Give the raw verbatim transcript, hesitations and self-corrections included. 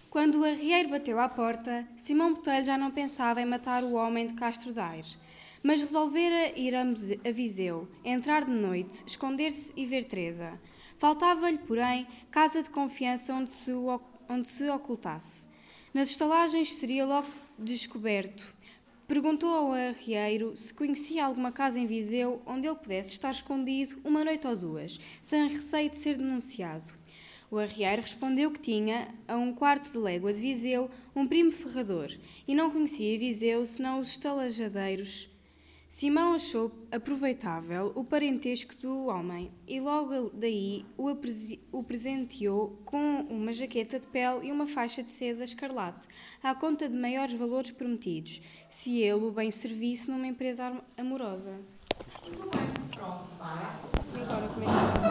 Quando o arrieiro bateu à porta, Simão Botelho já não pensava em matar o homem de Castro Daire, mas resolvera ir a Viseu, entrar de noite, esconder-se e ver Teresa. Faltava-lhe, porém, casa de confiança onde se, onde se ocultasse. Nas estalagens seria logo descoberto. Perguntou ao arrieiro se conhecia alguma casa em Viseu onde ele pudesse estar escondido uma noite ou duas, sem receio de ser denunciado. O arrieiro respondeu que tinha, a um quarto de légua de Viseu, um primo ferrador, e não conhecia Viseu senão os estalajadeiros. Simão achou aproveitável o parentesco do homem e logo daí o, apresi- o presenteou com uma jaqueta de pele e uma faixa de seda escarlate, à conta de maiores valores prometidos, se ele o bem servisse numa empresa amorosa. Pronto, para. E agora como é que